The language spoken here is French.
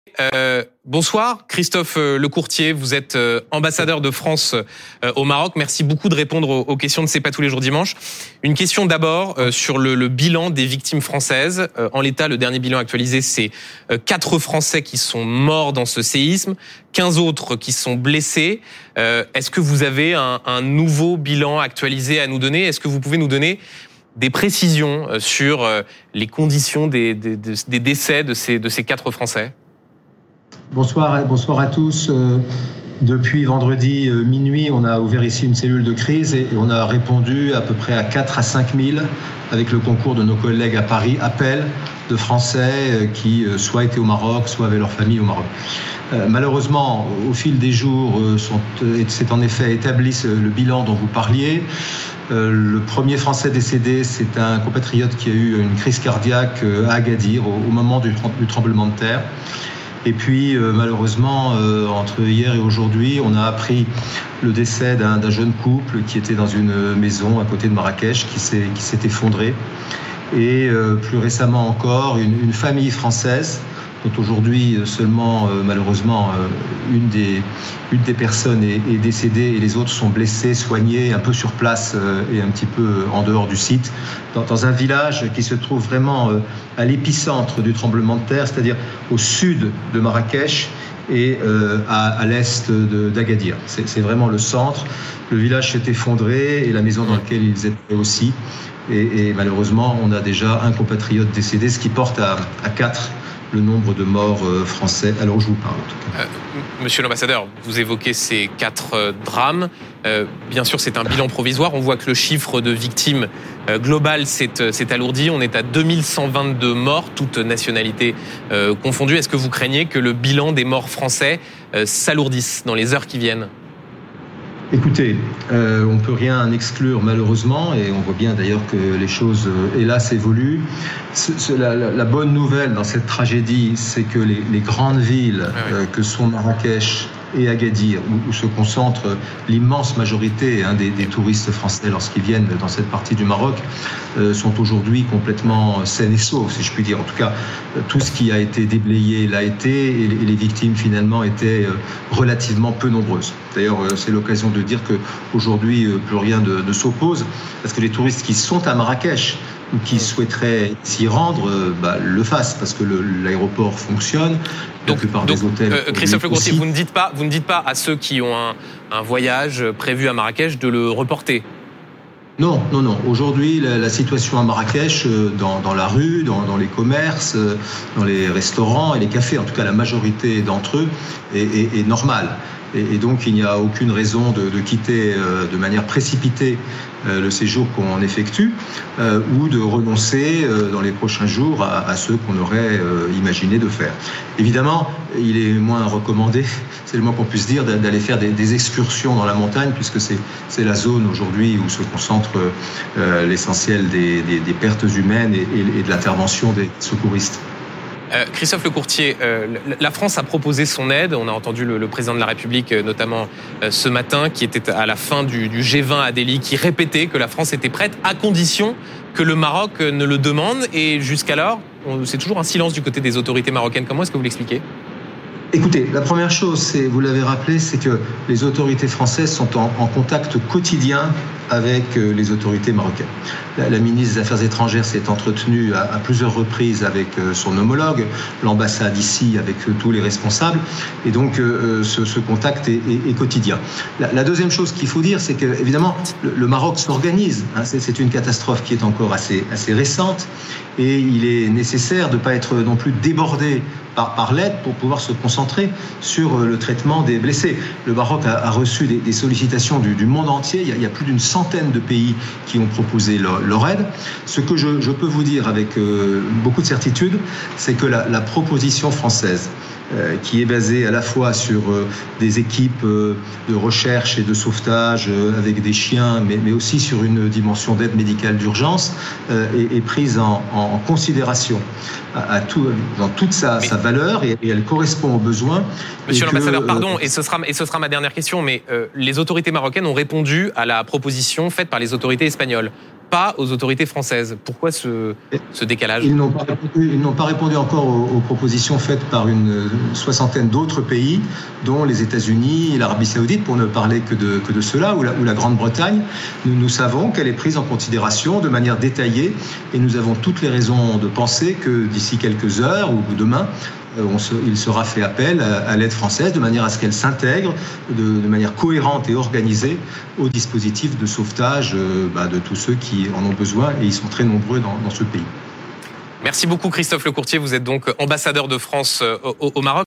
Bonsoir, Christophe Lecourtier, vous êtes ambassadeur de France au Maroc. Merci beaucoup de répondre aux questions de C'est pas tous les jours dimanche. Une question d'abord sur le bilan des victimes françaises. En l'état, le dernier bilan actualisé, c'est 4 Français qui sont morts dans ce séisme, 15 autres qui sont blessés. Est-ce que vous avez un nouveau bilan actualisé à nous donner ? Est-ce que vous pouvez nous donner des précisions sur les conditions des décès de ces 4 Français ? Bonsoir à tous. Depuis vendredi minuit, on a ouvert ici une cellule de crise et on a répondu à peu près à 4 à 5 000, avec le concours de nos collègues à Paris, appels de Français qui soit étaient au Maroc, soit avaient leur famille au Maroc. Malheureusement, au fil des jours, c'est en effet établi le bilan dont vous parliez. Le premier Français décédé, c'est un compatriote qui a eu une crise cardiaque à Agadir au moment du tremblement de terre. Et puis, malheureusement, entre hier et aujourd'hui, on a appris le décès d'un jeune couple qui était dans une maison à côté de Marrakech, qui s'est effondré. Et plus récemment encore, une famille française, dont aujourd'hui seulement, malheureusement, une des personnes est décédée et les autres sont blessés, soignés, un peu sur place et un petit peu en dehors du site, dans un village qui se trouve vraiment à l'épicentre du tremblement de terre, c'est-à-dire au sud de Marrakech et à l'est d'Agadir. C'est vraiment le centre. Le village s'est effondré et la maison dans laquelle ils étaient aussi. Et malheureusement, on a déjà un compatriote décédé, ce qui porte à 4 le nombre de morts français à l'heure où je vous parle, en tout cas. Monsieur l'ambassadeur, vous évoquez ces 4 drames. Bien sûr, c'est un bilan provisoire. On voit que le chiffre de victimes global s'est alourdi. On est à 2122 morts, toutes nationalités confondues. Est-ce que vous craignez que le bilan des morts français s'alourdisse dans les heures qui viennent ? Écoutez, on ne peut rien exclure malheureusement, et on voit bien d'ailleurs que les choses, hélas, évoluent. La bonne nouvelle dans cette tragédie, c'est que les grandes villes que sont Marrakech et Agadir, où se concentre l'immense majorité des touristes français lorsqu'ils viennent dans cette partie du Maroc, sont aujourd'hui complètement saines et sauves, si je puis dire. En tout cas, tout ce qui a été déblayé l'a été, et les victimes finalement étaient relativement peu nombreuses. D'ailleurs, c'est l'occasion de dire qu'aujourd'hui, plus rien ne s'oppose, parce que les touristes qui sont à Marrakech ou qui souhaiteraient s'y rendre, le fassent, parce que l'aéroport fonctionne. Donc, des hôtels. Christophe Lecourtier, vous ne dites pas à ceux qui ont un voyage prévu à Marrakech de le reporter. Non. Aujourd'hui, la situation à Marrakech, dans la rue, dans les commerces, dans les restaurants et les cafés, en tout cas la majorité d'entre eux, est normale. Et donc, il n'y a aucune raison de quitter de manière précipitée le séjour qu'on effectue ou de renoncer dans les prochains jours à ceux qu'on aurait imaginé de faire. Évidemment, il est moins recommandé, c'est le moins qu'on puisse dire, d'aller faire des excursions dans la montagne, puisque c'est la zone aujourd'hui où se concentre l'essentiel des pertes humaines et de l'intervention des secouristes. Christophe Lecourtier, la France a proposé son aide. On a entendu le président de la République, notamment ce matin, qui était à la fin du G20 à Delhi, qui répétait que la France était prête à condition que le Maroc ne le demande. Et jusqu'alors, c'est toujours un silence du côté des autorités marocaines. Comment est-ce que vous l'expliquez ? Écoutez, la première chose, vous l'avez rappelé, c'est que les autorités françaises sont en contact quotidien avec les autorités marocaines. La ministre des Affaires étrangères s'est entretenue à plusieurs reprises avec son homologue, l'ambassade ici avec tous les responsables, et donc ce contact est quotidien. La deuxième chose qu'il faut dire, c'est que évidemment le Maroc s'organise. C'est une catastrophe qui est encore assez récente, et il est nécessaire de ne pas être non plus débordé par l'aide pour pouvoir se concentrer sur le traitement des blessés. Le Maroc a reçu des sollicitations du monde entier. Il y a plus d'une centaine de pays qui ont proposé leur aide. Ce que je peux vous dire avec beaucoup de certitude, c'est que la proposition française, qui est basée à la fois sur des équipes de recherche et de sauvetage avec des chiens, mais aussi sur une dimension d'aide médicale d'urgence, est prise en considération dans toute sa valeur, et elle correspond aux besoins. Monsieur l'ambassadeur, pardon, et ce sera ma dernière question, mais les autorités marocaines ont répondu à la proposition faite par les autorités espagnoles, pas aux autorités françaises. Pourquoi ce décalage ? Ils n'ont pas répondu encore aux propositions faites par une soixantaine d'autres pays, dont les États-Unis, l'Arabie Saoudite, pour ne parler que de cela, ou la Grande-Bretagne. Nous savons qu'elle est prise en considération de manière détaillée et nous avons toutes les raisons de penser que d'ici quelques heures ou demain, il sera fait appel à l'aide française de manière à ce qu'elle s'intègre de manière cohérente et organisée au dispositif de sauvetage de tous ceux qui en ont besoin, et ils sont très nombreux dans ce pays. Merci beaucoup Christophe Lecourtier, vous êtes donc ambassadeur de France au Maroc.